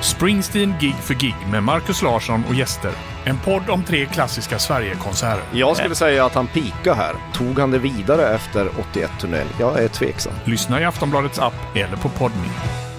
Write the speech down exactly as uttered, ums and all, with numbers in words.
Springsteen gig för gig med Marcus Larsson och gäster. En podd om tre klassiska Sverige-konserter. Jag skulle säga att han pikade här. Tog han det vidare efter åttioett-turnén? Jag är tveksam. Lyssna i Aftonbladets app eller på Podme.